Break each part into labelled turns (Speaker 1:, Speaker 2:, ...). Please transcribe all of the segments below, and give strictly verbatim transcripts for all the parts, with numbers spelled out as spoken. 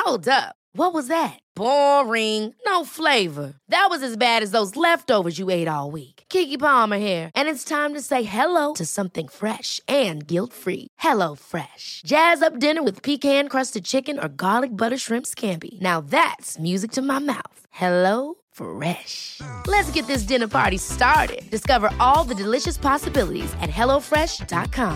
Speaker 1: Hold up. What was that? Boring. No flavor. That was as bad as those leftovers you ate all week. Keke Palmer here, and it's time to say hello to something fresh and guilt-free. Hello Fresh. Jazz up dinner with pecan-crusted chicken or garlic butter shrimp scampi. Now that's music to my mouth. Hello Fresh. Let's get this dinner party started. Discover all the delicious possibilities at hello fresh dot com.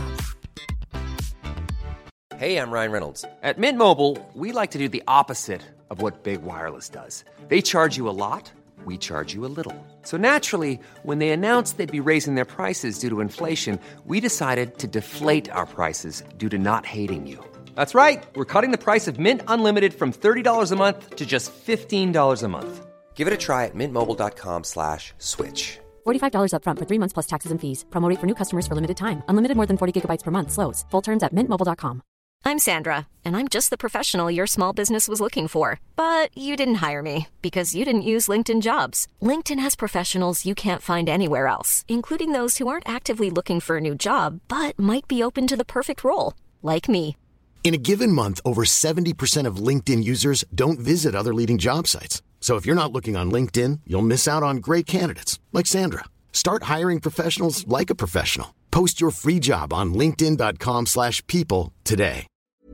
Speaker 2: Hey, I'm Ryan Reynolds. At Mint Mobile, we like to do the opposite of what Big Wireless does. They charge you a lot, we charge you a little. So naturally, when they announced they'd be raising their prices due to inflation, we decided to deflate our prices due to not hating you. That's right. We're cutting the price of Mint Unlimited from thirty dollars a month to just fifteen dollars a month. Give it a try at mintmobile.com slash switch.
Speaker 3: forty-five dollars up front for three months plus taxes and fees. Promo rate for new customers for limited time. Unlimited more than forty gigabytes per month. Slows full terms at mint mobile dot com.
Speaker 4: I'm Sandra, and I'm just the professional your small business was looking for. But you didn't hire me because you didn't use LinkedIn Jobs. LinkedIn has professionals you can't find anywhere else, including those who aren't actively looking for a new job, but might be open to the perfect role, like me.
Speaker 5: In a given month, over seventy percent of LinkedIn users don't visit other leading job sites. So if you're not looking on LinkedIn, you'll miss out on great candidates like Sandra. Start hiring professionals like a professional. Post your free job on linkedin dot com slash people today.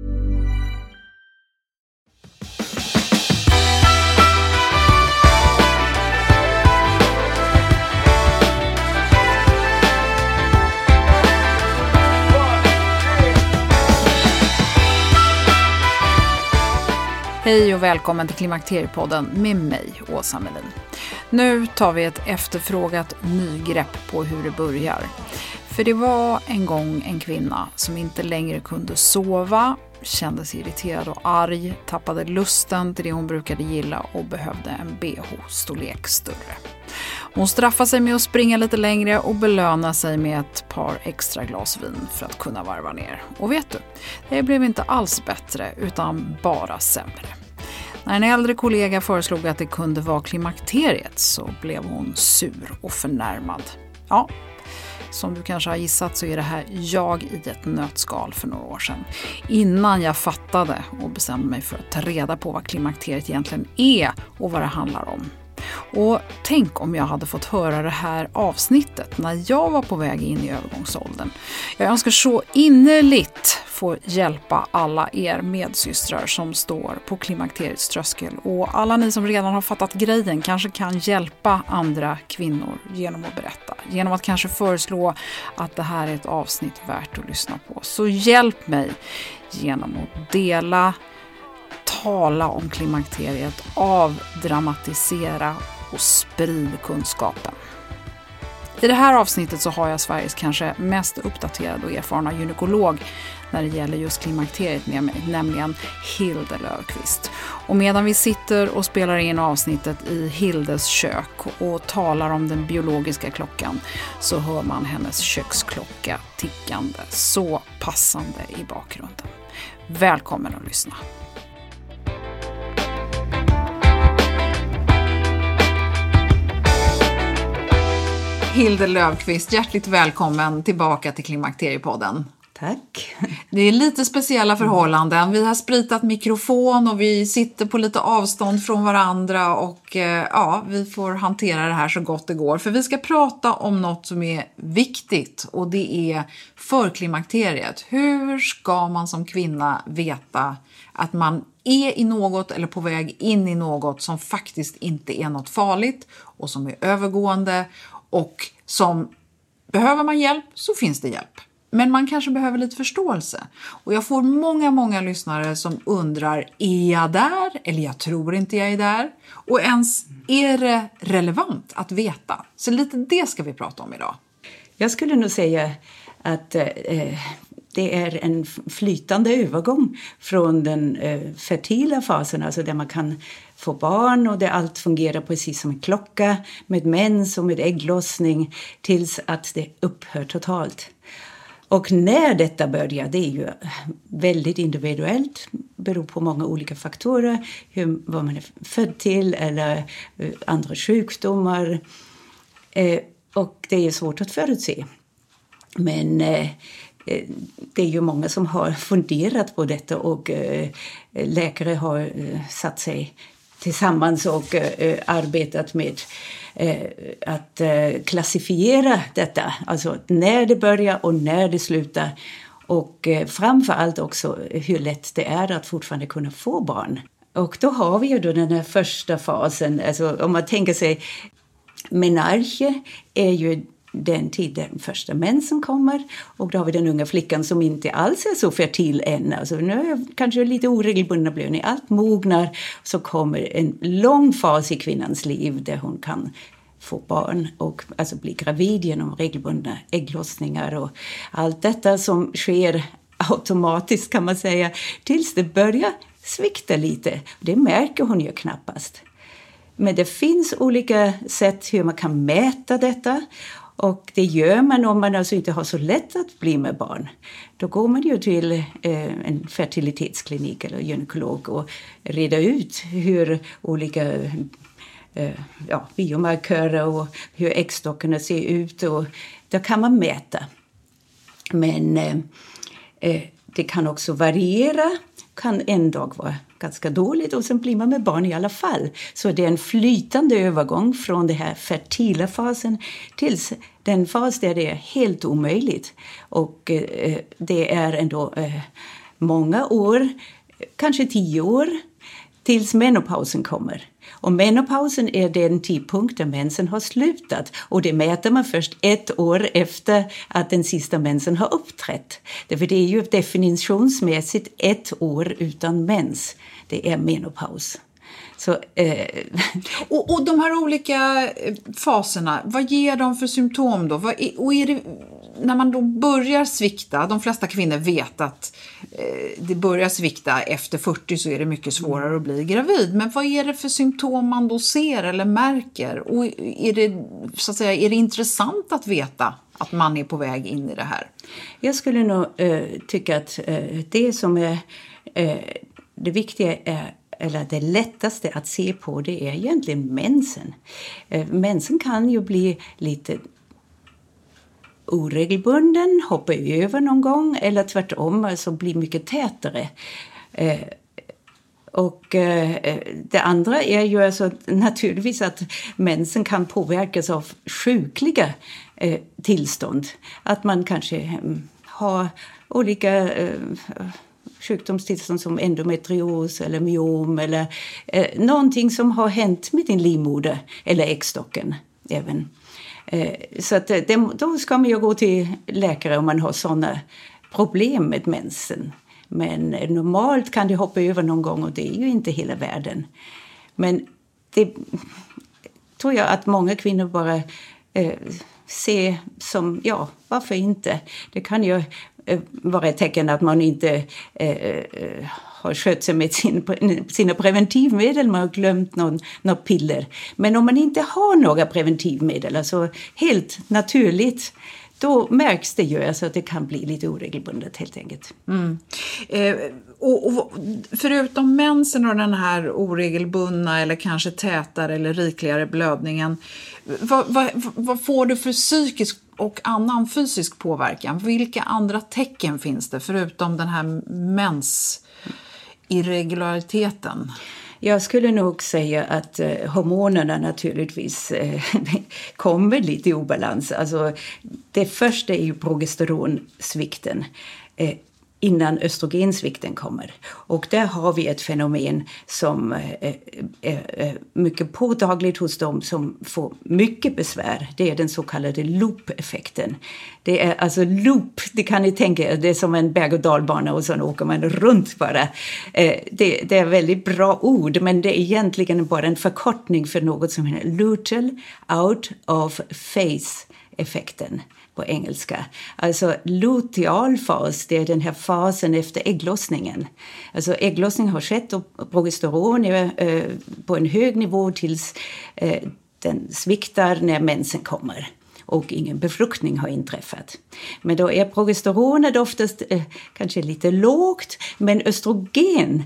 Speaker 6: Hej och välkommen till Klimakteriepodden med mig, Åsa Melin. Nu tar vi ett efterfrågat nygrepp på hur det börjar. För det var en gång en kvinna som inte längre kunde sova, kände sig irriterad och arg, tappade lusten till det hon brukade gilla och behövde en B H-storlek större. Hon straffade sig med att springa lite längre och belöna sig med ett par extra glas vin för att kunna varva ner. Och vet du, det blev inte alls bättre utan bara sämre. När en äldre kollega föreslog att det kunde vara klimakteriet så blev hon sur och förnärmad. Ja, som du kanske har gissat så är det här jag i ett nötskal för några år sedan. Innan jag fattade och bestämde mig för att ta reda på vad klimakteriet egentligen är och vad det handlar om. Och tänk om jag hade fått höra det här avsnittet när jag var på väg in i övergångsåldern. Jag önskar så innerligt få hjälpa alla er medsystrar som står på klimakteriets tröskel. Och alla ni som redan har fattat grejen kanske kan hjälpa andra kvinnor genom att berätta. Genom att kanske föreslå att det här är ett avsnitt värt att lyssna på. Så hjälp mig genom att dela, tala om klimakteriet, avdramatisera och sprid kunskapen. I det här avsnittet så har jag Sveriges kanske mest uppdaterade och erfarna gynekolog när det gäller just klimakteriet med mig, nämligen Hilde Löfqvist. Och medan vi sitter och spelar in avsnittet i Hildes kök och talar om den biologiska klockan så hör man hennes köksklocka tickande så passande i bakgrunden. Välkommen att lyssna. Hilde Löfqvist, hjärtligt välkommen tillbaka till Klimakteriepodden.
Speaker 7: Tack.
Speaker 6: Det är lite speciella förhållanden. Vi har spritat mikrofon och vi sitter på lite avstånd från varandra och ja, vi får hantera det här så gott det går. För vi ska prata om något som är viktigt och det är förklimakteriet. Hur ska man som kvinna veta att man är i något eller på väg in i något som faktiskt inte är något farligt och som är övergående och som behöver man hjälp så finns det hjälp. Men man kanske behöver lite förståelse. Och jag får många, många lyssnare som undrar, är jag där? Eller jag tror inte jag är där. Och ens, är det relevant att veta? Så lite det ska vi prata om idag.
Speaker 7: Jag skulle nog säga att eh, det är en flytande övergång från den eh, fertila fasen, alltså där man kan få barn och där allt fungerar precis som en klocka med mens och med ägglossning tills att det upphör totalt. Och när detta börjar, det är ju väldigt individuellt, beror på många olika faktorer, hur, vad man är född till eller andra sjukdomar. Eh, och det är svårt att förutse. Men eh, det är ju många som har funderat på detta och läkare har satt sig tillsammans och arbetat med att klassifiera detta. Alltså när det börjar och när det slutar. Och framförallt också hur lätt det är att fortfarande kunna få barn. Och då har vi ju då den här första fasen. Alltså om man tänker sig, menarche är ju den tid den första mensen kommer. Och då har vi den unga flickan som inte alls är så fertil än. Alltså nu är kanske lite oregelbundna blödning. Allt mognar, så kommer en lång fas i kvinnans liv där hon kan få barn och alltså bli gravid genom regelbundna ägglossningar och allt detta som sker automatiskt kan man säga tills det börjar svikta lite. Det märker hon ju knappast. Men det finns olika sätt hur man kan mäta detta och det gör man om man alltså inte har så lätt att bli med barn. Då går man ju till eh, en fertilitetsklinik eller gynekolog och reda ut hur olika ja, biomarkörer och hur äggstockarna ser ut och då kan man mäta. Men eh, det kan också variera, kan en dag vara ganska dåligt och sen blir man med barn i alla fall. Så det är en flytande övergång från den här fertila fasen till den fas där det är helt omöjligt. Och eh, det är ändå eh, många år, kanske tio år, tills menopausen kommer. Och menopausen är den tidpunkt där mensen har slutat. Och det mäter man först ett år efter att den sista mensen har uppträtt. Därför det är ju definitionsmässigt ett år utan mens. Det är menopaus. Så, eh...
Speaker 6: och, och de här olika faserna, vad ger de för symptom då? Vad är, och är det, när man då börjar svikta, de flesta kvinnor vet att eh, det börjar svikta efter fyrtio så är det mycket svårare att bli gravid. Men vad är det för symptom man då ser eller märker? Och är det, så att säga, är det intressant att veta att man är på väg in i det här?
Speaker 7: Jag skulle nog eh, tycka att eh, det som är eh, det viktiga är eller det lättaste att se på det är egentligen mensen. Eh, mensen kan ju bli lite oregelbunden, hoppa över någon gång eller tvärtom, alltså bli mycket tätare. Eh, och eh, det andra är ju alltså naturligtvis att mensen kan påverkas av sjukliga eh, tillstånd. Att man kanske eh, har olika eh, sjukdomstillstånd som endometrios eller myom eller eh, någonting som har hänt med din livmoder eller äggstocken även. Eh, så att det, då ska man ju gå till läkare om man har sådana problem med mensen. Men eh, normalt kan det hoppa över någon gång och det är ju inte hela världen. Men det tror jag att många kvinnor bara eh, ser som, ja, varför inte? Det kan ju vara ett tecken att man inte eh, har skött sig med sin, sina preventivmedel, man har glömt någon, någon piller. Men om man inte har några preventivmedel, alltså helt naturligt, då märks det ju alltså att det kan bli lite oregelbundet helt enkelt.
Speaker 6: Mm. Eh, och, och förutom mensen och den här oregelbundna eller kanske tätare eller rikligare blödningen, vad, vad, vad får du för psykisk och annan fysisk påverkan? Vilka andra tecken finns det förutom den här mensirregulariteten?
Speaker 7: Jag skulle nog säga att eh, hormonerna naturligtvis eh, kommer lite i obalans. Alltså, det första är ju progesteronsvikten eh, innan östrogensvikten kommer. Och där har vi ett fenomen som eh, är eh, mycket påtagligt hos dem som får mycket besvär. Det är den så kallade loop-effekten. Det är alltså loop, det kan ni tänka er, det är som en berg- och dalbana och så åker man runt bara. Eh, det, det är väldigt bra ord, men det är egentligen bara en förkortning för något som heter luteal out of phase-effekten på engelska. Alltså lutealfas, det är den här fasen efter ägglossningen. Alltså ägglossning har skett och progesteron är eh, på en hög nivå tills eh, den sviktar när mensen kommer. Och ingen befruktning har inträffat. Men då är progesteronet oftast eh, kanske lite lågt, men östrogen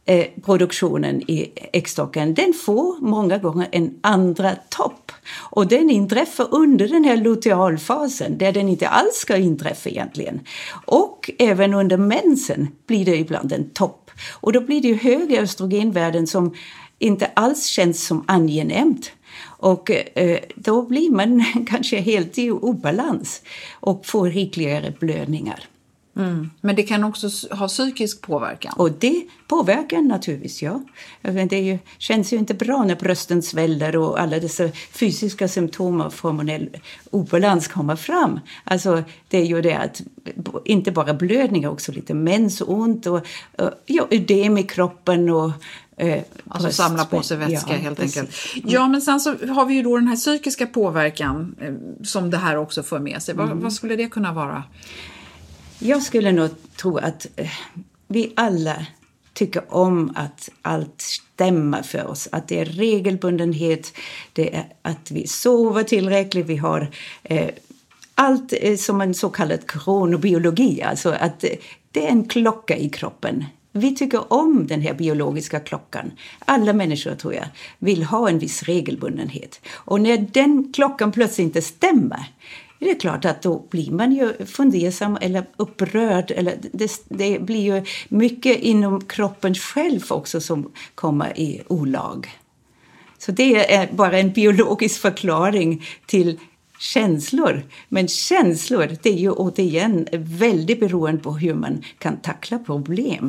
Speaker 7: eh, produktionen i äggstocken, den får många gånger en andra topp. Och den inträffar under den här lutealfasen, där den inte alls ska inträffa egentligen. Och även under mensen blir det ibland en topp. Och då blir det ju höga östrogenvärden som inte alls känns som angenämt. Och eh, då blir man kanske helt i obalans och får rikligare blödningar.
Speaker 6: Mm. Men det kan också ha psykisk påverkan.
Speaker 7: Och det påverkar naturligtvis, ja. Det är ju, känns ju inte bra när brösten sväller och alla dessa fysiska symptom av hormonell obalans kommer fram. Alltså det är ju det att inte bara blödningar, också lite mensont och, och ja, ödem i kroppen och Eh,
Speaker 6: alltså samla på sig vätska, ja, helt
Speaker 7: precis.
Speaker 6: enkelt. Ja, men sen så har vi ju då den här psykiska påverkan eh, som det här också för med sig. Mm. Vad, vad skulle det kunna vara?
Speaker 7: Jag skulle nog tro att eh, vi alla tycker om att allt stämmer för oss. Att det är regelbundenhet, det är att vi sover tillräckligt, vi har eh, allt eh, som en så kallad kronobiologi. Alltså att eh, det är en klocka i kroppen. Vi tycker om den här biologiska klockan. Alla människor, tror jag, vill ha en viss regelbundenhet. Och när den klockan plötsligt inte stämmer, det är klart att då blir man ju fundersam eller upprörd. Eller det, det blir ju mycket inom kroppen själv också som kommer i olag. Så det är bara en biologisk förklaring till känslor. Men känslor, det är ju återigen väldigt beroende på hur man kan tackla problem.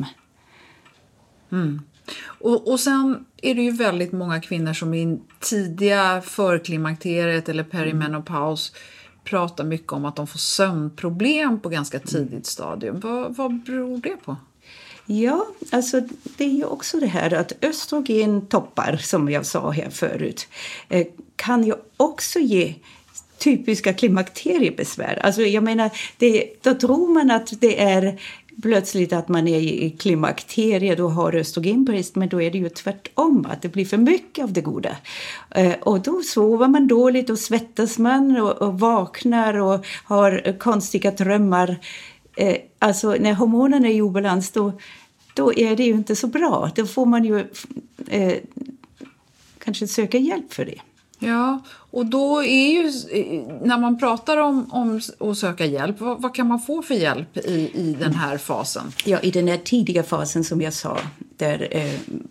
Speaker 6: Mm. Och, och sen är det ju väldigt många kvinnor som i tidiga förklimakteriet eller perimenopaus pratar mycket om att de får sömnproblem på ganska tidigt stadium. Vad, vad beror det på?
Speaker 7: Ja, alltså det är ju också det här att östrogentoppar, som jag sa här förut, eh, kan ju också ge typiska klimakteriebesvär. Alltså jag menar, det, då tror man att det är plötsligt att man är i klimakteriet och har östrogenbrist, men då är det ju tvärtom, att det blir för mycket av det goda. Eh, och då sover man dåligt och svettas man och, och vaknar och har konstiga drömmar. Eh, alltså när hormonerna är i obalans, då, då är det ju inte så bra. Då får man ju eh, kanske söka hjälp för det.
Speaker 6: Ja, och då är ju, när man pratar om, om att söka hjälp, vad, vad kan man få för hjälp i, i den här fasen?
Speaker 7: Ja, i den här tidiga fasen som jag sa, där eh,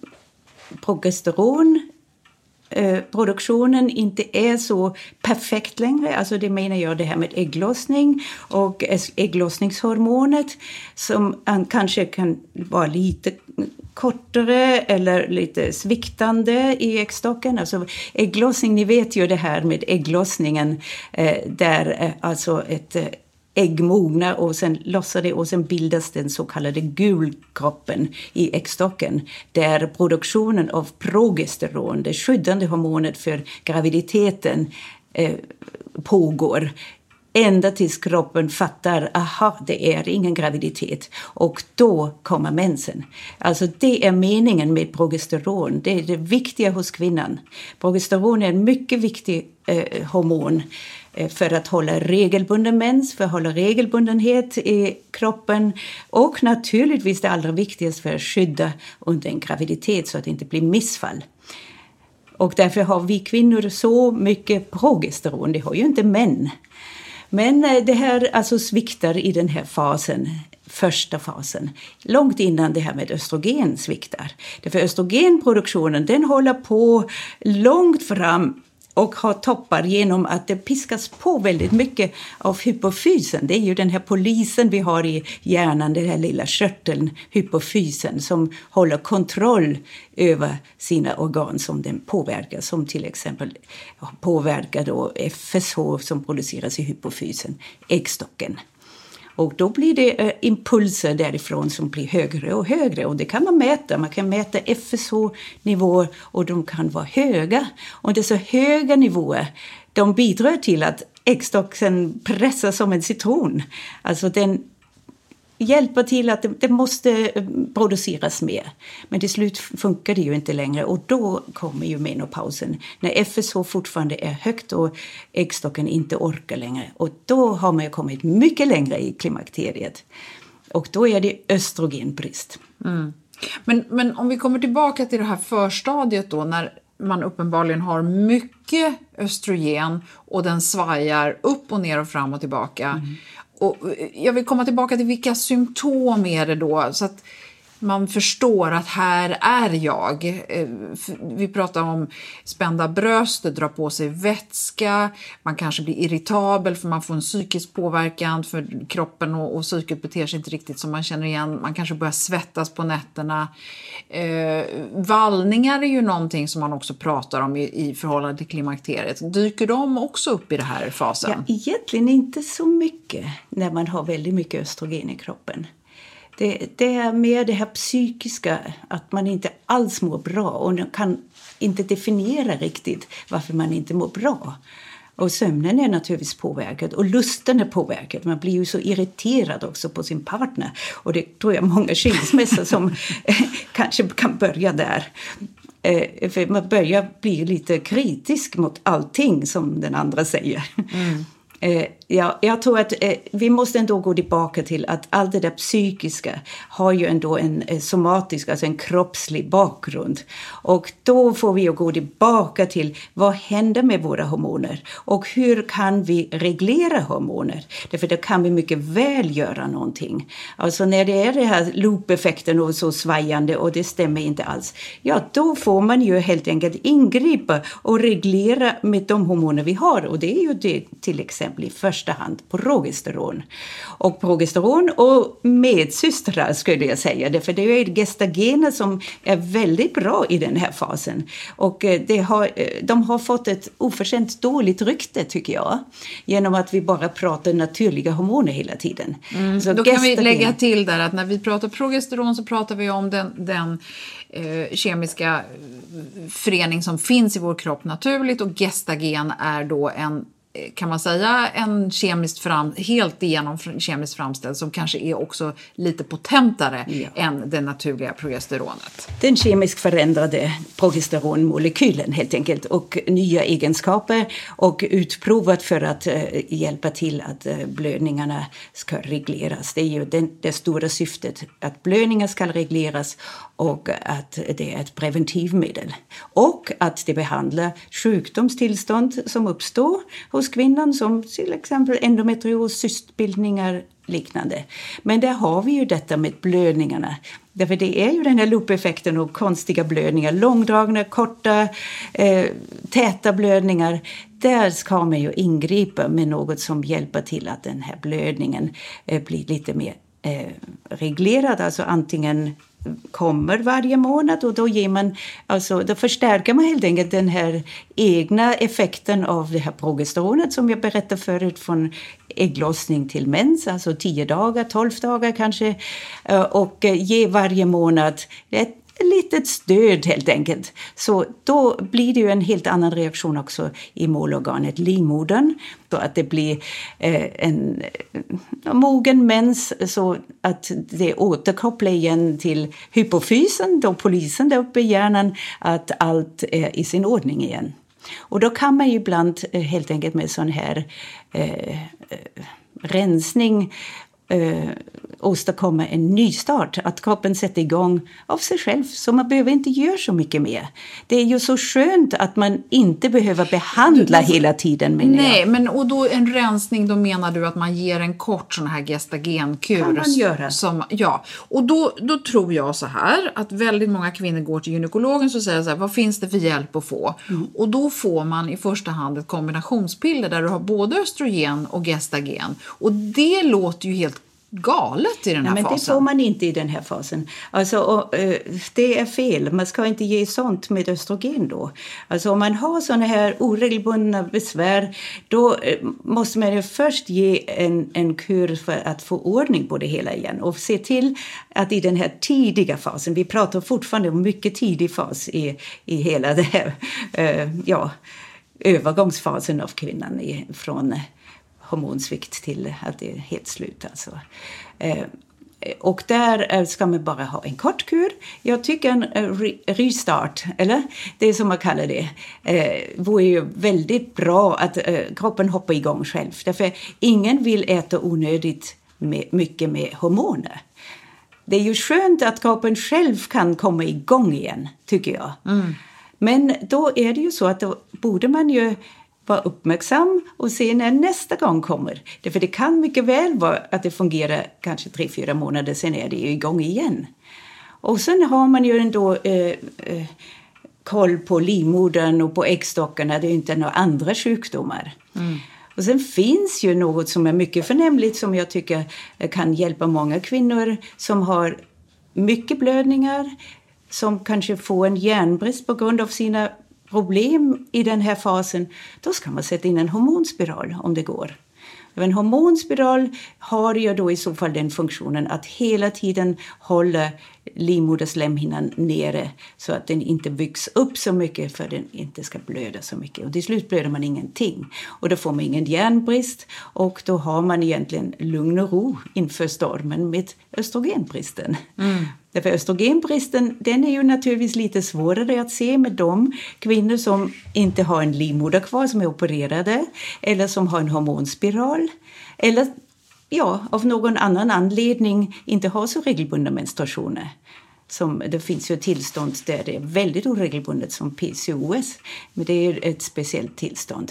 Speaker 7: progesteron eh, produktionen inte är så perfekt längre. Alltså det menar jag det här med ägglossning och ägglossningshormonet som kanske kan vara lite kortare eller lite sviktande i äggstocken. Alltså ägglossning, ni vet ju det här med ägglossningen eh, där eh, alltså ett eh, ägg mognar och sen lossar det och sen bildas den så kallade gulkroppen i äggstocken där produktionen av progesteron, det skyddande hormonet för graviditeten, eh, pågår. Ända tills kroppen fattar, aha, det är ingen graviditet. Och då kommer mensen. Alltså det är meningen med progesteron. Det är det viktiga hos kvinnan. Progesteron är en mycket viktig eh, hormon eh, för att hålla regelbunden mens, för att hålla regelbundenhet i kroppen. Och naturligtvis det allra viktigaste för att skydda under en graviditet så att det inte blir missfall. Och därför har vi kvinnor så mycket progesteron. Det har ju inte män. Men det här alltså sviktar i den här fasen, första fasen, långt innan det här med östrogen sviktar. Därför östrogenproduktionen, den håller på långt fram och har toppar genom att det piskas på väldigt mycket av hypofysen. Det är ju den här polisen vi har i hjärnan, den här lilla körteln, hypofysen, som håller kontroll över sina organ som den påverkar. Som till exempel påverkar då F S H som produceras i hypofysen, äggstocken. Och då blir det eh, impulser därifrån som blir högre och högre. Och det kan man mäta. Man kan mäta F S H-nivåer och de kan vara höga. Och dessa höga nivåer, de bidrar till att äggstocken pressas som en citron. Alltså den hjälper till att det, det måste produceras mer. Men till slut funkar det ju inte längre och då kommer ju menopausen. När F S H fortfarande är högt och äggstocken inte orkar längre. Och då har man ju kommit mycket längre i klimakteriet. Och då är det östrogenbrist.
Speaker 6: Mm. Men, men om vi kommer tillbaka till det här förstadiet då, när man uppenbarligen har mycket östrogen och den svajar upp och ner och fram och tillbaka. Mm. Och jag vill komma tillbaka till vilka symptom är det då, så att man förstår att här är jag. Vi pratar om spända bröst, dra på sig vätska, man kanske blir irritabel för man får en psykisk påverkan för kroppen och, och psyket beter sig inte riktigt som man känner igen. Man kanske börjar svettas på nätterna. Eh, vallningar är ju någonting som man också pratar om i, i förhållande till klimakteriet. Dyker de också upp i den här fasen?
Speaker 7: Ja, egentligen inte så mycket när man har väldigt mycket östrogen i kroppen. Det, det är mer det här psykiska, att man inte alls mår bra och kan inte definiera riktigt varför man inte mår bra. Och sömnen är naturligtvis påverkad och lusten är påverkad. Man blir ju så irriterad också på sin partner. Och det tror jag många skilsmässor som kanske kan börja där. Eh, för man börjar bli lite kritisk mot allting som den andra säger. Mm. Eh, ja, jag tror att eh, vi måste ändå gå tillbaka till att allt det där psykiska har ju ändå en eh, somatisk, alltså en kroppslig bakgrund. Och då får vi ju gå tillbaka till vad händer med våra hormoner och hur kan vi reglera hormoner. Därför då kan vi mycket väl göra någonting. Alltså när det är det här loop-effekten och så svajande och det stämmer inte alls. Ja, då får man ju helt enkelt ingripa och reglera med de hormoner vi har. Och det är ju det till exempel i första hand progesteron. Och progesteron och medsystrar skulle jag säga. Därför det är ju gestagener som är väldigt bra i den här fasen. Och det har, de har fått ett oförtjänt dåligt rykte tycker jag. Genom att vi bara pratar naturliga hormoner hela tiden.
Speaker 6: Mm. Så då kan vi lägga till där att när vi pratar progesteron så pratar vi om den, den eh, kemiska förening som finns i vår kropp naturligt. Och gestagen är då en, kan man säga, en kemiskt fram, helt igenom kemiskt framställd som kanske är också lite potentare ja. än det naturliga progesteronet.
Speaker 7: Den kemiskt förändrade progesteronmolekylen helt enkelt och nya egenskaper och utprovat för att uh, hjälpa till att uh, blödningarna ska regleras. Det är ju den, det stora syftet att blödningar ska regleras och att det är ett preventivmedel. Och att det behandlar sjukdomstillstånd som uppstår hos kvinnan som till exempel endometrios, cystbildningar liknande. Men där har vi ju detta med blödningarna. Därför det är ju den här loop-effekten och konstiga blödningar, långdragna, korta, eh, täta blödningar. Där ska man ju ingripa med något som hjälper till att den här blödningen eh, blir lite mer eh, reglerad. Alltså antingen kommer varje månad och då ger man, alltså då förstärker man helt enkelt den här egna effekten av det här progesteronet som jag berättade förut från ägglossning till mens, alltså tio dagar, tolv dagar kanske, och ge varje månad ett litet stöd helt enkelt. Så då blir det ju en helt annan reaktion också i målorganet livmodern. Så att det blir eh, en eh, mogen mens så att det återkopplar igen till hypofysen, då polisen där uppe i hjärnan, att allt är i sin ordning igen. Och då kan man ju ibland eh, helt enkelt med sån här eh, eh, rensning Uh, åstadkomma en ny start, att kroppen sätter igång av sig själv så man behöver inte göra så mycket mer. Det är ju så skönt att man inte behöver behandla du, du, hela tiden.
Speaker 6: Nej, jag. men och då en rensning, då menar du att man ger en kort sån här gestagenkur.
Speaker 7: Kan man göra.
Speaker 6: Som, ja, och då, då tror jag så här att väldigt många kvinnor går till gynekologen och säger så här, vad finns det för hjälp att få? Mm. Och då får man i första hand ett kombinationspiller där du har både östrogen och gestagen. Och det låter ju helt galet i den här
Speaker 7: Nej, men
Speaker 6: fasen.
Speaker 7: Det får man inte i den här fasen. Alltså, och, uh, det är fel. Man ska inte ge sånt med östrogen då. Alltså om man har såna här oregelbundna besvär, då uh, måste man ju först ge en, en kur för att få ordning på det hela igen. Och se till att i den här tidiga fasen, vi pratar fortfarande om mycket tidig fas i, i hela det här, uh, ja, övergångsfasen av kvinnan i, från hormonsvikt till att det är helt slut. Alltså. Eh, och där ska man bara ha en kort kur. Jag tycker en re- restart, eller det som man kallar det, eh, vore ju väldigt bra att eh, kroppen hoppar igång själv. Därför ingen vill äta onödigt med, mycket med hormoner. det är ju skönt att kroppen själv kan komma igång igen, tycker jag. Mm. Men då är det ju så att då borde man ju vara uppmärksam och se när nästa gång kommer. För det kan mycket väl vara att det fungerar kanske tre, fyra månader, sen är det ju igång igen. Och sen har man ju ändå eh, eh, koll på livmodern och på äggstockarna. Det är ju inte några andra sjukdomar. Mm. Och sen finns ju något som är mycket förnämligt som jag tycker kan hjälpa många kvinnor som har mycket blödningar, som kanske får en järnbrist på grund av sina problem i den här fasen. Då ska man sätta in en hormonspiral om det går. En hormonspiral har ju då i så fall den funktionen att hela tiden hålla livmoderslemhinnan nere så att den inte byggs upp så mycket för att den inte ska blöda så mycket. Och till slut blöder man ingenting. Och då får man ingen järnbrist och då har man egentligen lugn och ro inför stormen med östrogenbristen. Mm. Därför östrogenbristen, den är ju naturligtvis lite svårare att se med de kvinnor som inte har en livmoder kvar, som är opererade, eller som har en hormonspiral, eller ja, av någon annan anledning inte har så regelbundna menstruationer. Som, det finns ju tillstånd där det är väldigt oregelbundet som P C O S, men det är ett speciellt tillstånd.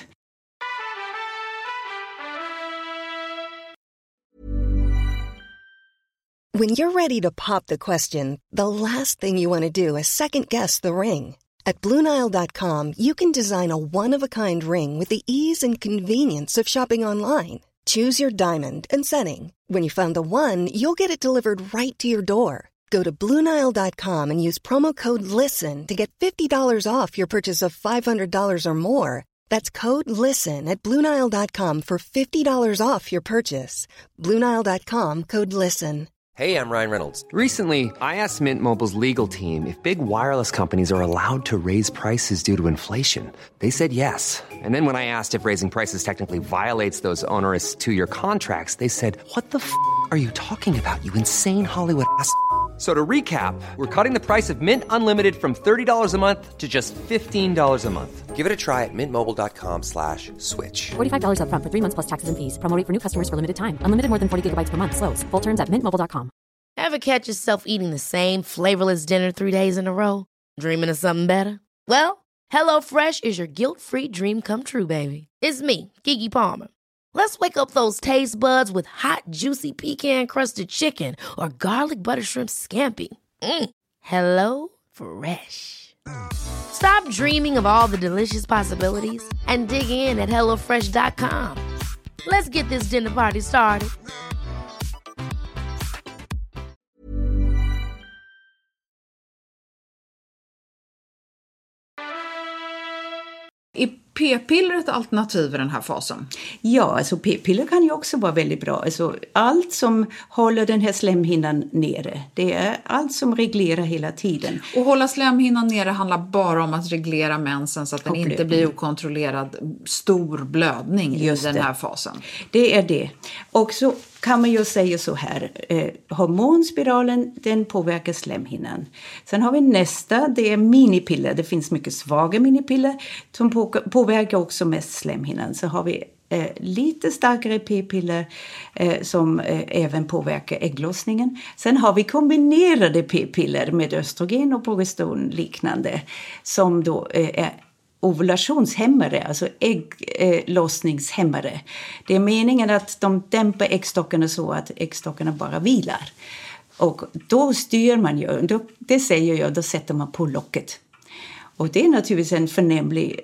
Speaker 8: When you're ready to pop the question, the last thing you want to do is second-guess the ring. At Blue Nile dot com, you can design a one-of-a-kind ring with the ease and convenience of shopping online. Choose your diamond and setting. When you find the one, you'll get it delivered right to your door. Go to Blue Nile dot com and use promo code LISTEN to get fifty dollars off your purchase of five hundred dollars or more. That's code LISTEN at Blue Nile dot com for fifty dollars off your purchase. Blue Nile dot com, code LISTEN.
Speaker 2: Hey, I'm Ryan Reynolds. Recently, I asked Mint Mobile's legal team if big wireless companies are allowed to raise prices due to inflation. They said yes. And then when I asked if raising prices technically violates those onerous two-year contracts, they said, what the f*** are you talking about, you insane Hollywood ass f- So to recap, we're cutting the price of Mint Unlimited from thirty dollars a month to just fifteen dollars a month. Give it a try at mintmobile.com slash switch.
Speaker 3: forty-five dollars up front for three months plus taxes and fees. Promo rate for new customers for limited time. Unlimited more than forty gigabytes per month. Slows full terms at mint mobile dot com.
Speaker 1: Ever catch yourself eating the same flavorless dinner three days in a row? Dreaming of something better? Well, HelloFresh is your guilt-free dream come true, baby. It's me, Keke Palmer. Let's wake up those taste buds with hot, juicy pecan-crusted chicken or garlic butter shrimp scampi. Mm. Hello Fresh. Stop dreaming of all the delicious possibilities and dig in at hello fresh dot com. Let's get this dinner party started.
Speaker 6: Är p-piller ett alternativ i den här fasen?
Speaker 7: Ja, alltså p-piller kan ju också vara väldigt bra. Alltså, allt som håller den här slemhinnan nere, det är allt som reglerar hela tiden.
Speaker 6: Och hålla slemhinnan nere handlar bara om att reglera mensen så att den inte blir okontrollerad stor blödning i den här fasen.
Speaker 7: Det är det. Och så kan man ju säga så här, eh, hormonspiralen, den påverkar slemhinnan. Sen har vi nästa, det är minipiller. Det finns mycket svaga minipiller som på, påverkar också mest slemhinnan. Så har vi eh, lite starkare p-piller eh, som eh, även påverkar ägglossningen. Sen har vi kombinerade p-piller med östrogen och progesteron liknande som då eh, är ovulationshämmare, alltså ägglossningshämmare. Eh, det är meningen att de dämpar äggstockarna så att äggstockarna bara vilar. Och då styr man ju, då, det säger jag, då sätter man på locket. Och det är naturligtvis en förnämlig,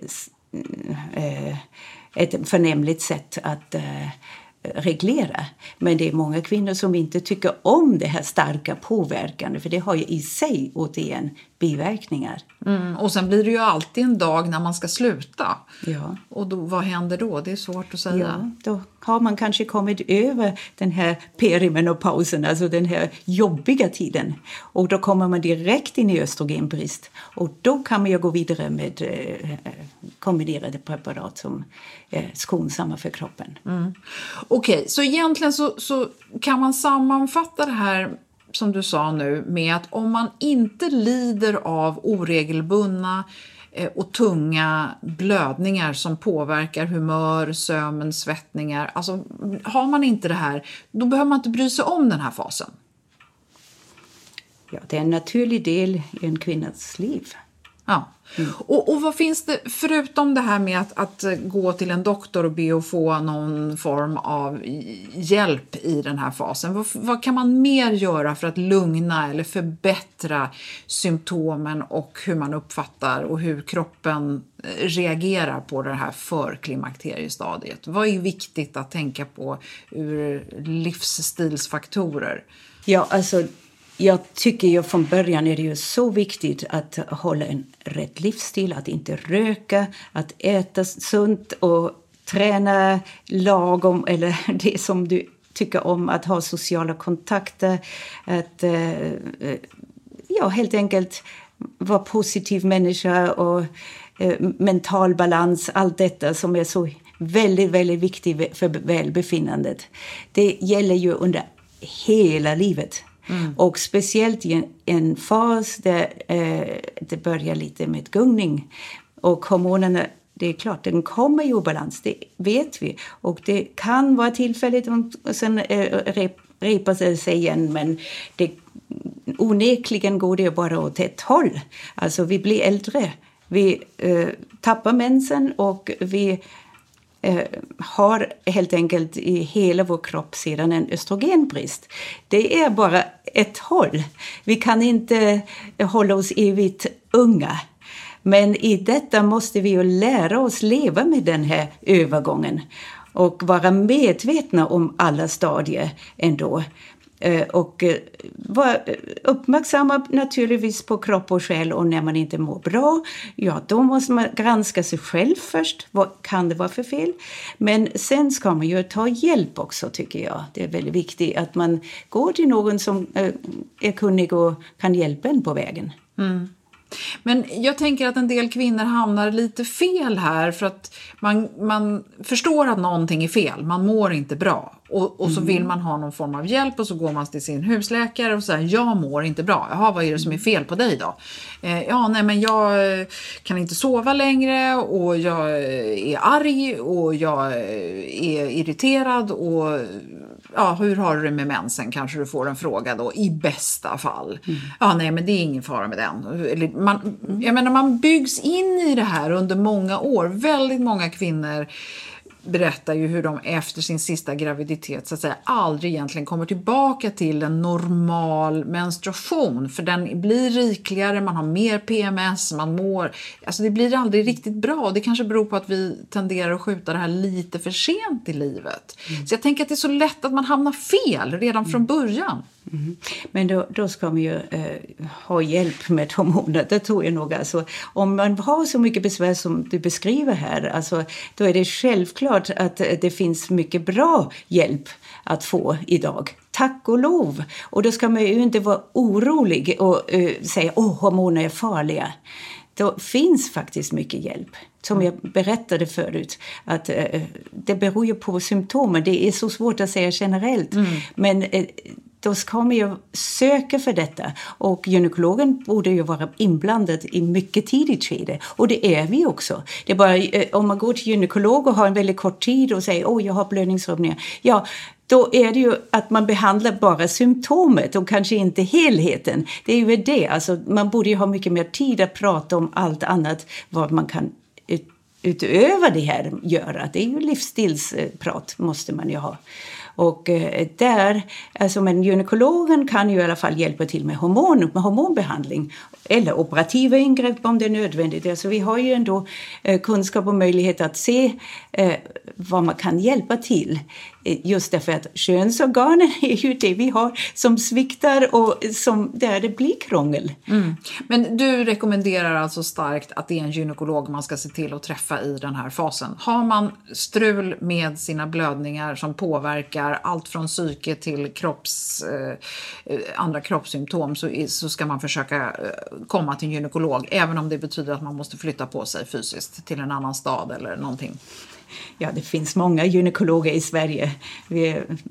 Speaker 7: eh, ett förnämligt sätt att eh, reglera. Men det är många kvinnor som inte tycker om det här starka påverkan. För det har ju i sig återigen biverkningar.
Speaker 6: Mm, och sen blir det ju alltid en dag när man ska sluta.
Speaker 7: Ja.
Speaker 6: Och då, vad händer då? Det är svårt att säga.
Speaker 7: Ja, då har man kanske kommit över den här perimenopausen, alltså den här jobbiga tiden. Och då kommer man direkt in i östrogenbrist. Och då kan man ju gå vidare med eh, kombinerade preparat som är skonsamma för kroppen.
Speaker 6: Mm. Okej, okay, så egentligen så, så kan man sammanfatta det här som du sa nu med att om man inte lider av oregelbundna eh, och tunga blödningar som påverkar humör, sömn, svettningar, alltså har man inte det här, då behöver man inte bry sig om den här fasen.
Speaker 7: Ja, det är en naturlig del i en kvinnas liv.
Speaker 6: Ja. Mm. Och, och vad finns det, förutom det här med att, att gå till en doktor och be att få någon form av hjälp i den här fasen, vad, vad kan man mer göra för att lugna eller förbättra symptomen och hur man uppfattar och hur kroppen reagerar på det här förklimakteriestadiet? Vad är viktigt att tänka på ur livsstilsfaktorer?
Speaker 7: Ja, alltså jag tycker ju från början är det ju så viktigt att hålla en rätt livsstil, att inte röka, att äta sunt och träna lagom eller det som du tycker om, att ha sociala kontakter, att ja, helt enkelt vara positiv människa och mental balans, allt detta som är så väldigt, väldigt viktigt för välbefinnandet. Det gäller ju under hela livet. Mm. Och speciellt i en, en fas där eh, det börjar lite med gungning. Och hormonerna, det är klart, den kommer i obalans, det vet vi. Och det kan vara tillfälligt och sen eh, rep, repar det sig igen. Men det, onekligen går det bara åt ett håll. Alltså vi blir äldre, vi eh, tappar mensen och vi Eh, har helt enkelt i hela vår kropp sedan en östrogenbrist. Det är bara ett håll. Vi kan inte hålla oss evigt unga. Men i detta måste vi ju lära oss leva med den här övergången. Och vara medvetna om alla stadier ändå. Och vara uppmärksamma naturligtvis på kropp och själ, och när man inte mår bra, ja då måste man granska sig själv först, vad kan det vara för fel, men sen ska man ju ta hjälp också, tycker jag. Det är väldigt viktigt att man går till någon som är kunnig och kan hjälpa en på vägen. Mm.
Speaker 6: Men jag tänker att en del kvinnor hamnar lite fel här, för att man, man förstår att någonting är fel, man mår inte bra. Och, och så vill man ha någon form av hjälp, och så går man till sin husläkare och säger, jag mår inte bra. Jaha, vad är det som är fel på dig då? Eh, ja, nej men jag kan inte sova längre, och jag är arg, och jag är irriterad, och ja, hur har du det med mensen? Kanske du får en fråga då, i bästa fall. Mm. Ja, nej men det är ingen fara med den. Eller man, jag menar, man byggs in i det här under många år. Väldigt många kvinnor berättar ju hur de efter sin sista graviditet så att säga aldrig egentligen kommer tillbaka till en normal menstruation, för den blir rikligare, man har mer P M S, man mår, alltså det blir aldrig riktigt bra. Det kanske beror på att vi tenderar att skjuta det här lite för sent i livet. Mm. Så jag tänker att det är så lätt att man hamnar fel redan från början.
Speaker 7: Mm. Men då, då ska man ju eh, ha hjälp med hormoner, det tror jag nog. Alltså, om man har så mycket besvär som du beskriver här, alltså, då är det självklart att det finns mycket bra hjälp att få idag. Tack och lov. Och då ska man ju inte vara orolig och uh, säga, åh, hormoner är farliga. Då finns faktiskt mycket hjälp. Som jag berättade förut, att uh, det beror ju på symptomen. Det är så svårt att säga generellt. Mm. Men uh, då ska man ju söka för detta. Och gynekologen borde ju vara inblandad i mycket tidigt skede. Och det är vi också. Det är bara, om man går till gynekolog och har en väldigt kort tid och säger, åh, jag har blödningsrubbningar. Ja, då är det ju att man behandlar bara symptomet och kanske inte helheten. Det är ju det. Alltså, man borde ju ha mycket mer tid att prata om allt annat, vad man kan ut, utöver det här göra. Det är ju livsstilsprat, måste man ju ha. Och eh, där, alltså men gynekologen kan ju i alla fall hjälpa till med hormon, med hormonbehandling eller operativa ingrepp om det är nödvändigt. Alltså vi har ju ändå eh, kunskap och möjlighet att se eh, vad man kan hjälpa till. Just därför att könsorganen är ju det vi har som sviktar och som där det blir krångel.
Speaker 6: Mm. Men du rekommenderar alltså starkt att det är en gynekolog man ska se till att träffa i den här fasen. Har man strul med sina blödningar som påverkar allt från psyke till kropps, eh, andra kroppssymptom, så, så ska man försöka komma till en gynekolog, även om det betyder att man måste flytta på sig fysiskt till en annan stad eller någonting.
Speaker 7: Ja, det finns många gynekologer i Sverige. Vi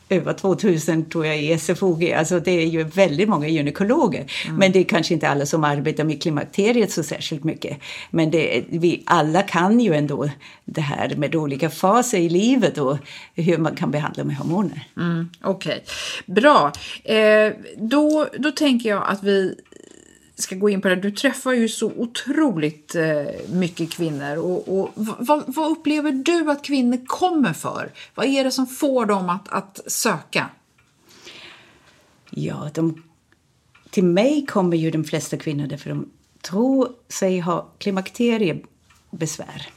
Speaker 7: över tvåtusen tror jag i S F O G. Alltså det är ju väldigt många gynekologer. Mm. Men det är kanske inte alla som arbetar med klimakteriet så särskilt mycket. Men det, vi alla kan ju ändå det här med olika faser i livet och hur man kan behandla med hormoner.
Speaker 6: Mm, Okej, okay. Bra. Eh, då, då tänker jag att vi ska gå in på det. Du träffar ju så otroligt eh, mycket kvinnor. Och, och vad, vad upplever du att kvinnor kommer för? Vad är det som får dem att, att söka?
Speaker 7: Ja, de, till mig kommer ju de flesta kvinnor därför de tror sig ha klimakteriebesvär.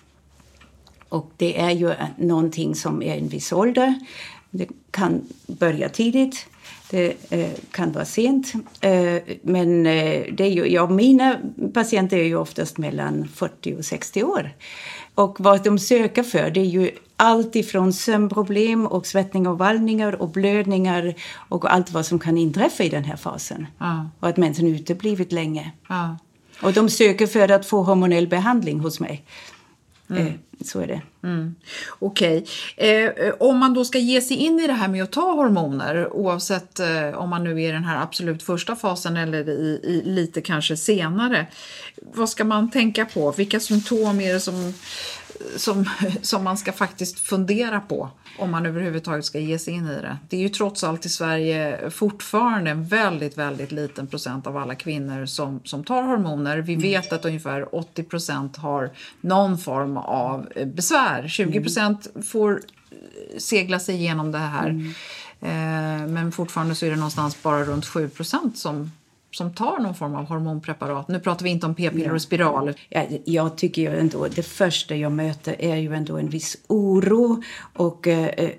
Speaker 7: Och det är ju någonting som är en viss ålder. Det kan börja tidigt. Det eh, kan vara sent, eh, men eh, det är ju, ja, mina patienter är ju oftast mellan fyrtio och sextio år. Och vad de söker för, det är ju allt ifrån sömnproblem och svettning och vallningar och blödningar och allt vad som kan inträffa i den här fasen. Mm. Och att mensen uteblivit länge. Mm. Och de söker för att få hormonell behandling hos mig. Mm. Eh, så är det.
Speaker 6: Mm. Okej. Okay. Eh, om man då ska ge sig in i det här med att ta hormoner, oavsett eh, om man nu är i den här absolut första fasen eller i, i lite kanske senare, vad ska man tänka på? Vilka symptom är det som, som, som man ska faktiskt fundera på om man överhuvudtaget ska ge sig in i det? Det är ju trots allt i Sverige fortfarande en väldigt, väldigt liten procent av alla kvinnor som, som tar hormoner. Vi vet att ungefär åttio procent har någon form av besvär. tjugo procent får segla sig igenom det här. Mm. Eh, men fortfarande så är det någonstans bara runt sju procent som, som tar någon form av hormonpreparat. Nu pratar vi inte om p-piller och spiral.
Speaker 7: Ja, jag tycker ju ändå, det första jag möter är ju ändå en viss oro och eh,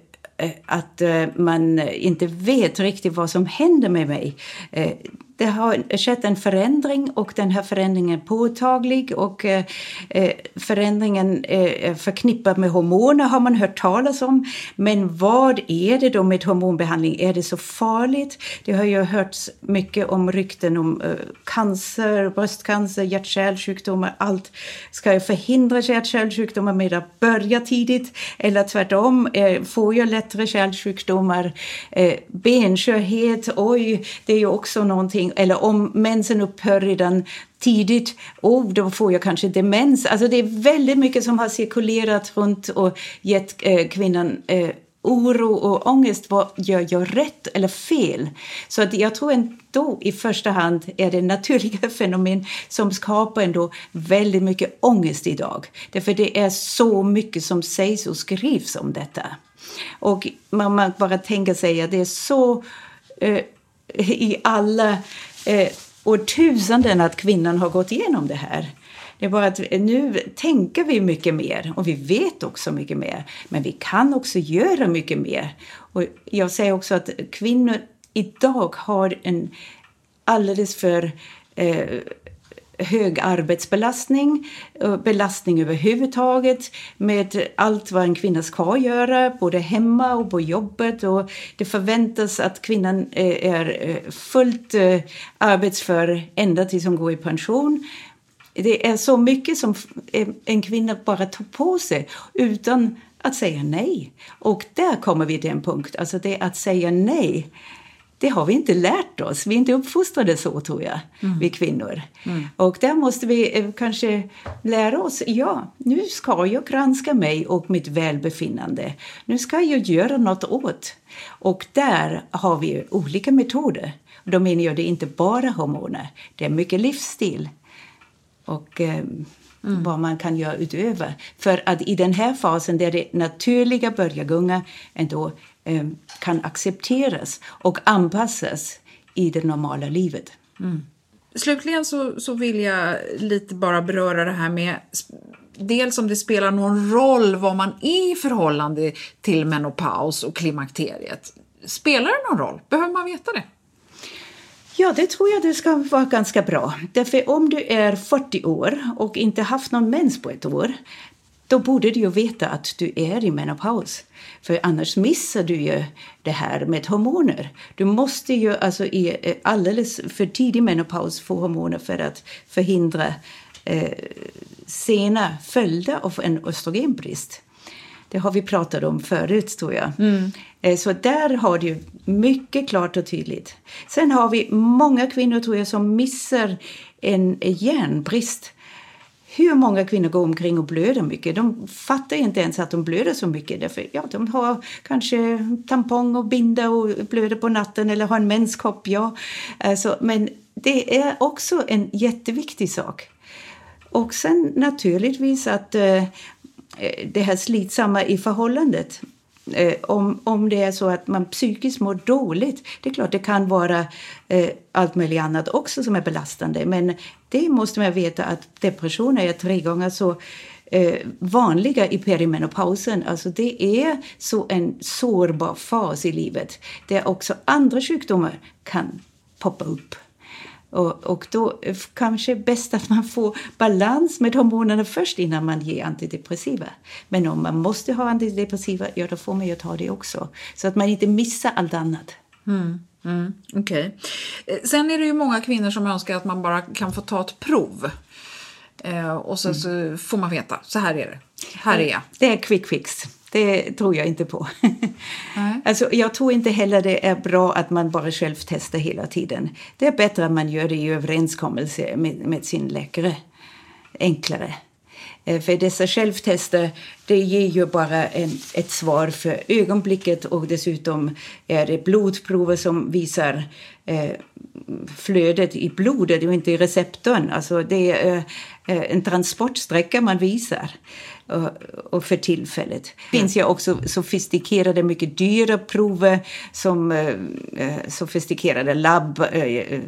Speaker 7: att eh, man inte vet riktigt vad som händer med mig. Eh, det har skett en förändring och den här förändringen är påtaglig och eh, förändringen är förknippad med hormoner har man hört talas om. Men vad är det då med hormonbehandling? Är det så farligt? Det har ju hörts mycket om rykten om eh, cancer, bröstcancer, hjärt-kärlsjukdomar. Allt ska jag förhindra hjärt-kärlsjukdomar med att börja tidigt eller tvärtom eh, får jag lättare kärlsjukdomar. Eh, benskörhet, oj, det är ju också någonting. Eller om mensen upphör redan tidigt, oh, då får jag kanske demens. Alltså det är väldigt mycket som har cirkulerat runt och gett eh, kvinnan eh, oro och ångest. Vad gör jag rätt eller fel? Så att jag tror ändå i första hand är det naturliga fenomen som skapar ändå väldigt mycket ångest idag. Därför det är så mycket som sägs och skrivs om detta. Och man, man bara tänker sig att det är så eh, i alla eh, årtusenden att kvinnan har gått igenom det här. Det är bara att nu tänker vi mycket mer och vi vet också mycket mer. Men vi kan också göra mycket mer. Och jag säger också att kvinnor idag har en alldeles för eh, hög arbetsbelastning, belastning överhuvudtaget med allt vad en kvinna ska göra, både hemma och på jobbet. Och det förväntas att kvinnan är fullt arbetsför ända tills hon går i pension. Det är så mycket som en kvinna bara tar på sig utan att säga nej. Och där kommer vi till en punkt, alltså det att säga nej. Det har vi inte lärt oss. Vi är inte uppfostrade så, tror jag, mm. vi kvinnor. Mm. Och där måste vi eh, kanske lära oss, ja, nu ska jag granska mig och mitt välbefinnande. Nu ska jag göra något åt. Och där har vi olika metoder. Och då menar jag det är inte bara hormoner. Det är mycket livsstil. Och eh, mm. vad man kan göra utöver. För att i den här fasen där det naturliga börjar gunga ändå kan accepteras och anpassas i det normala livet.
Speaker 6: Mm. Slutligen så, så vill jag lite bara beröra det här med dels om det spelar någon roll vad man är i förhållande till menopaus och klimakteriet. Spelar det någon roll? Behöver man veta det?
Speaker 7: Ja, det tror jag det ska vara ganska bra. Därför om du är fyrtio år och inte haft någon mens på ett år, då borde du ju veta att du är i menopaus. För annars missar du ju det här med hormoner. Du måste ju alltså i alldeles för tidig menopaus få hormoner för att förhindra eh, sena följder av en östrogenbrist. Det har vi pratat om förut, tror jag.
Speaker 6: Mm.
Speaker 7: Så där har du mycket klart och tydligt. Sen har vi många kvinnor, tror jag, som missar en järnbrist. Hur många kvinnor går omkring och blöder mycket? De fattar inte ens att de blöder så mycket. Därför, ja, de har kanske tampong och binda och blöder på natten eller har en menskopp. Ja. Alltså, men det är också en jätteviktig sak. Och sen naturligtvis att eh, det här slitsamma i förhållandet. Eh, om, om det är så att man psykiskt mår dåligt. Det är klart det kan vara eh, allt möjligt annat också som är belastande. Men det måste man veta att depressioner är tre gånger så eh, vanliga i perimenopausen. Alltså det är så en sårbar fas i livet. Där också andra sjukdomar kan poppa upp. Och, och då kanske det är bäst att man får balans med hormonerna först innan man ger antidepressiva. Men om man måste ha antidepressiva, ja då får man ju ta det också. Så att man inte missar allt annat.
Speaker 6: Mm, mm, okej. Okay. Sen är det ju många kvinnor som önskar att man bara kan få ta ett prov. Eh, och så, mm. så får man veta, så här är det. Här är jag.
Speaker 7: Det är quick fix. Det tror jag inte på. Nej. Alltså, jag tror inte heller det är bra att man bara själv testar hela tiden. Det är bättre att man gör det i överenskommelse med, med sin läkare. Enklare. För dessa självtester, det ger ju bara en, ett svar för ögonblicket. Och dessutom är det blodprover som visar eh, flödet i blodet och inte i receptorn. Alltså det är eh, en transportsträcka man visar. Och för tillfället finns ju också sofistikerade, mycket dyra prover som eh, sofistikerade labb eh, eh,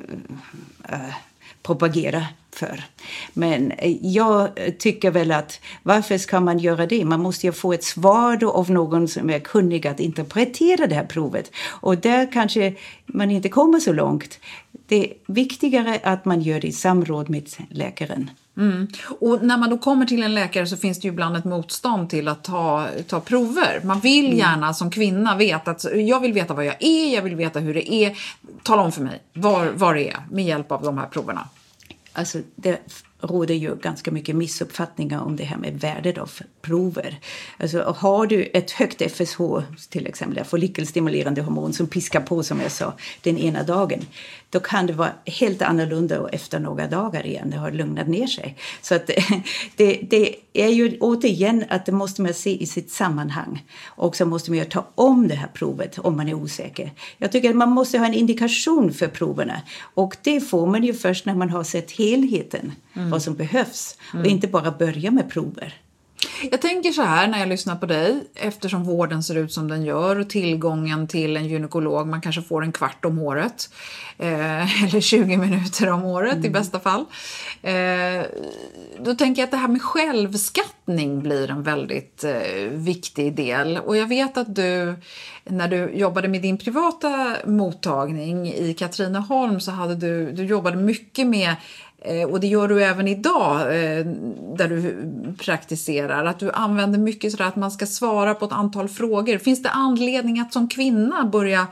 Speaker 7: propagerar för. Men jag tycker väl att varför ska man göra det? Man måste ju få ett svar då av någon som är kunnig att interpretera det här provet. Och där kanske man inte kommer så långt. Det är viktigare att man gör det i samråd med läkaren.
Speaker 6: Mm. Och när man då kommer till en läkare så finns det ju ibland ett motstånd till att ta, ta prover. Man vill mm. gärna som kvinna veta att jag vill veta vad jag är, jag vill veta hur det är. Tala om för mig var, var det är med hjälp av de här proverna.
Speaker 7: Alltså det råder ju ganska mycket missuppfattningar om det här med värdet av prover. Alltså har du ett högt F S H till exempel, follikelstimulerande hormon som piskar på som jag sa den ena dagen, då kan det vara helt annorlunda och efter några dagar igen det har lugnat ner sig. Så att det, det är ju återigen att det måste man se i sitt sammanhang. Och så måste man ju ta om det här provet om man är osäker. Jag tycker att man måste ha en indikation för proverna. Och det får man ju först när man har sett helheten. Mm. Vad som behövs. Mm. Och inte bara börja med prover.
Speaker 6: Jag tänker så här när jag lyssnar på dig, eftersom vården ser ut som den gör och tillgången till en gynekolog, man kanske får en kvart om året eh, eller tjugo minuter om året mm. i bästa fall. Eh, då tänker jag att det här med självskattning blir en väldigt eh, viktig del. Och jag vet att du, när du jobbade med din privata mottagning i Katrineholm så hade du, du jobbade mycket med och det gör du även idag där du praktiserar. Att du använder mycket sådär att man ska svara på ett antal frågor. Finns det anledning att som kvinna börja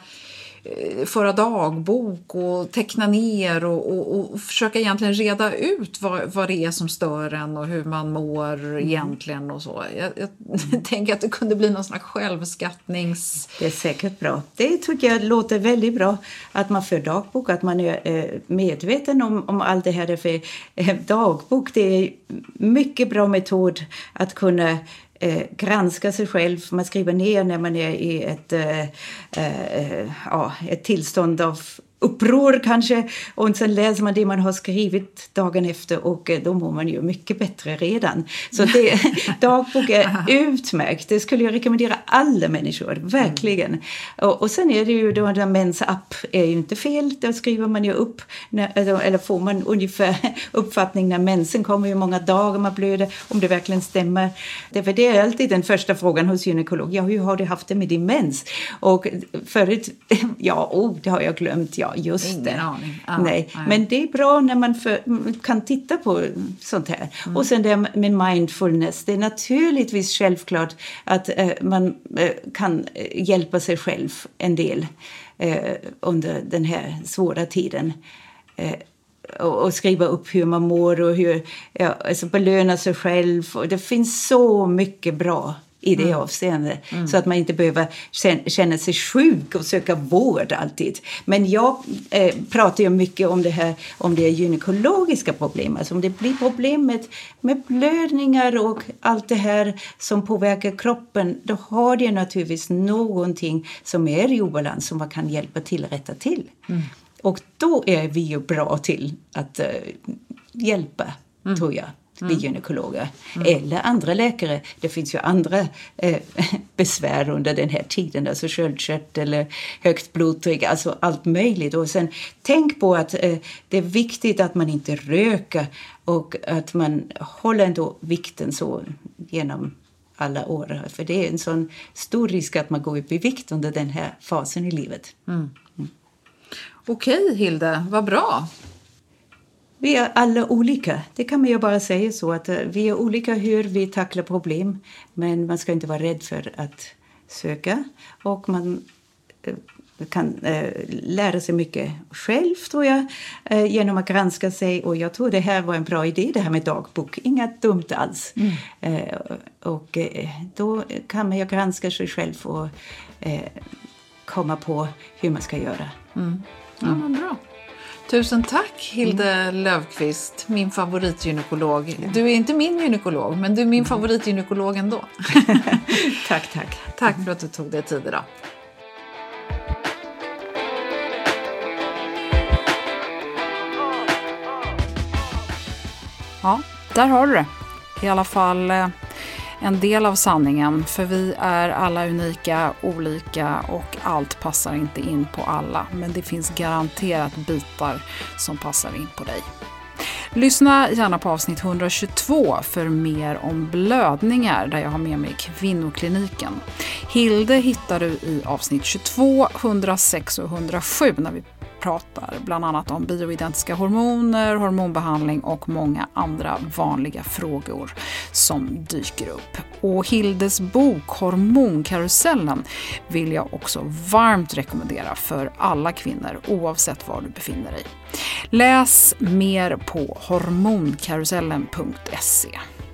Speaker 6: föra dagbok och teckna ner och, och, och försöka egentligen reda ut vad, vad det är som stör en och hur man mår egentligen och så. Jag, jag mm. tänker att det kunde bli någon sån här självskattnings...
Speaker 7: Det är säkert bra. Det tycker jag låter väldigt bra att man för dagbok, att man är eh, medveten om, om allt det här. För eh, dagbok, det är mycket bra metod att kunna Eh, granska sig själv. Man skriver ner när man är i ett, eh, eh, ja, ett tillstånd av uppror kanske. Och sen läser man det man har skrivit dagen efter och då mår man ju mycket bättre redan. Så det, dagbok är utmärkt. Det skulle jag rekommendera alla människor, verkligen. Mm. Och, och sen är det ju då den mens app är ju inte fel. Där skriver man ju upp, när, eller får man ungefär uppfattning när mensen kommer, hur många dagar man blöder, om det verkligen stämmer. Därför det är alltid den första frågan hos gynekolog. Ja, hur har du haft det med din mens? Och förut, ja, oh, det har jag glömt, ja. Just
Speaker 6: Ingen
Speaker 7: det.
Speaker 6: aning. Ah,
Speaker 7: nej. nej, men det är bra när man för, kan titta på sånt här. Mm. Och sen det med mindfulness. Det är naturligtvis självklart att eh, man eh, kan hjälpa sig själv en del eh, under den här svåra tiden. Eh, och, och skriva upp hur man mår och hur, ja, alltså belöna sig själv. Och det finns så mycket bra i det
Speaker 6: Mm.
Speaker 7: avseendet.
Speaker 6: Mm.
Speaker 7: Så att man inte behöver känna sig sjuk och söka vård alltid. Men jag eh, pratar ju mycket om det här, om det är gynekologiska problem. Alltså om det blir problem med, med blödningar och allt det här som påverkar kroppen, då har det naturligtvis någonting som är i obalans som man kan hjälpa till att rätta till. Mm. Och då är vi ju bra till att uh, hjälpa, mm. tror jag. Vi mm. gynekologer mm. eller andra läkare. Det finns ju andra eh, besvär under den här tiden. Alltså sköldkörtel eller högt blodtryck. Alltså allt möjligt. Och sen tänk på att eh, det är viktigt att man inte röker. Och att man håller ändå vikten så genom alla år. För det är en sån stor risk att man går upp i vikt under den här fasen i livet.
Speaker 6: Mm. Mm. Okej Hilde, vad bra.
Speaker 7: Vi är alla olika. Det kan man ju bara säga så. Att vi är olika hur vi tacklar problem. Men man ska inte vara rädd för att söka. Och man kan äh, lära sig mycket själv, tror jag. Äh, genom att granska sig. Och jag tror det här var en bra idé, det här med dagbok. Inget dumt alls. Mm. Äh, och äh, då kan man ju granska sig själv och äh, komma på hur man ska göra.
Speaker 6: Mm. Ja, men bra. Tusen tack Hilde mm. Löfqvist, min favoritgynekolog. Ja. Du är inte min gynekolog, men du är min mm. favoritgynekolog ändå.
Speaker 7: Tack, tack.
Speaker 6: Tack för att du tog dig tid idag. Ja, där har du det. I alla fall en del av sanningen. För vi är alla unika, olika och allt passar inte in på alla. Men det finns garanterat bitar som passar in på dig. Lyssna gärna på avsnitt etthundratjugotvå för mer om blödningar där jag har med mig Kvinnokliniken. Hilde hittar du i avsnitt tjugotvå, etthundrasex och etthundrasju när vi pratar bland annat om bioidentiska hormoner, hormonbehandling och många andra vanliga frågor som dyker upp. Och Hildes bok Hormonkarusellen vill jag också varmt rekommendera för alla kvinnor oavsett var du befinner dig. Läs mer på hormonkarusellen punkt se.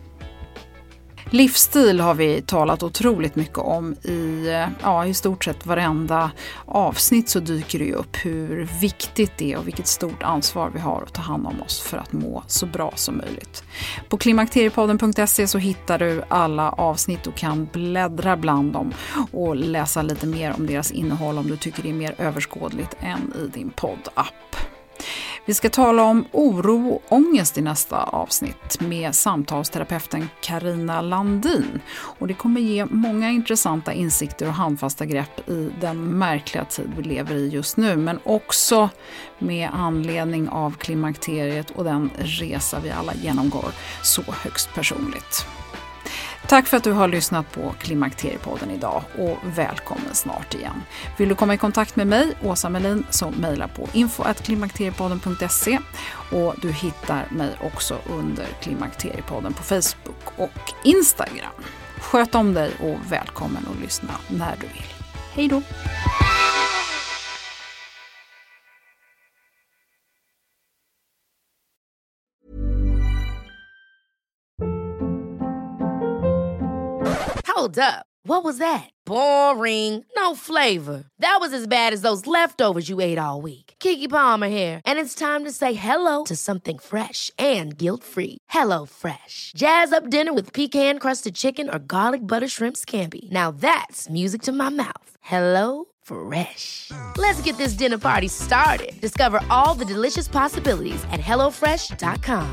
Speaker 6: Livsstil har vi talat otroligt mycket om i, ja, i stort sett varenda avsnitt så dyker det upp hur viktigt det är och vilket stort ansvar vi har att ta hand om oss för att må så bra som möjligt. På klimakteriepodden punkt se så hittar du alla avsnitt och kan bläddra bland dem och läsa lite mer om deras innehåll om du tycker det är mer överskådligt än i din poddapp. Vi ska tala om oro och ångest i nästa avsnitt med samtalsterapeuten Carina Landin. Och det kommer ge många intressanta insikter och handfasta grepp i den märkliga tid vi lever i just nu. Men också med anledning av klimakteriet och den resa vi alla genomgår så högst personligt. Tack för att du har lyssnat på Klimakteriepodden idag och välkommen snart igen. Vill du komma i kontakt med mig, Åsa Melin, så mejla på info at klimakteriepodden punkt se och du hittar mig också under Klimakteriepodden på Facebook och Instagram. Sköt om dig och välkommen att lyssna när du vill. Hej då!
Speaker 1: Hold up. What was that? Boring. No flavor. That was as bad as those leftovers you ate all week. Keke Palmer here, and it's time to say hello to something fresh and guilt-free. Hello Fresh. Jazz up dinner with pecan-crusted chicken or garlic butter shrimp scampi. Now that's music to my mouth. Hello Fresh. Let's get this dinner party started. Discover all the delicious possibilities at hello fresh dot com.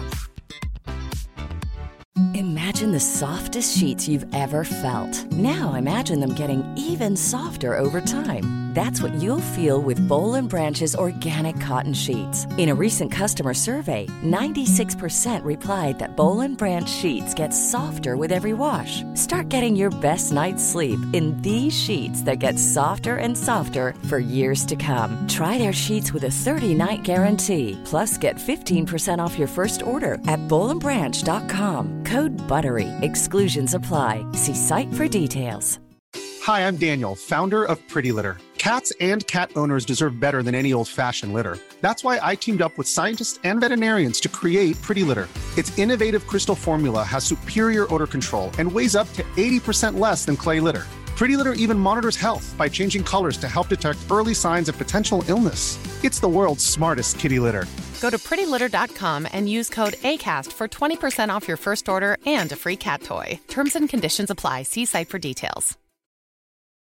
Speaker 9: Imagine the softest sheets you've ever felt. Now imagine them getting even softer over time. That's what you'll feel with Boll and Branch's organic cotton sheets. In a recent customer survey, ninety-six percent replied that Boll and Branch sheets get softer with every wash. Start getting your best night's sleep in these sheets that get softer and softer for years to come. Try their sheets with a thirty-night guarantee. Plus, get fifteen percent off your first order at boll and branch dot com. Code BUTTERY. Exclusions apply. See site for details.
Speaker 10: Hi, I'm Daniel, founder of Pretty Litter. Cats and cat owners deserve better than any old-fashioned litter. That's why I teamed up with scientists and veterinarians to create Pretty Litter. Its innovative crystal formula has superior odor control and weighs up to eighty percent less than clay litter. Pretty Litter even monitors health by changing colors to help detect early signs of potential illness. It's the world's smartest kitty litter.
Speaker 11: Go to pretty litter dot com and use code ACAST for twenty percent off your first order and a free cat toy. Terms and conditions apply. See site for details.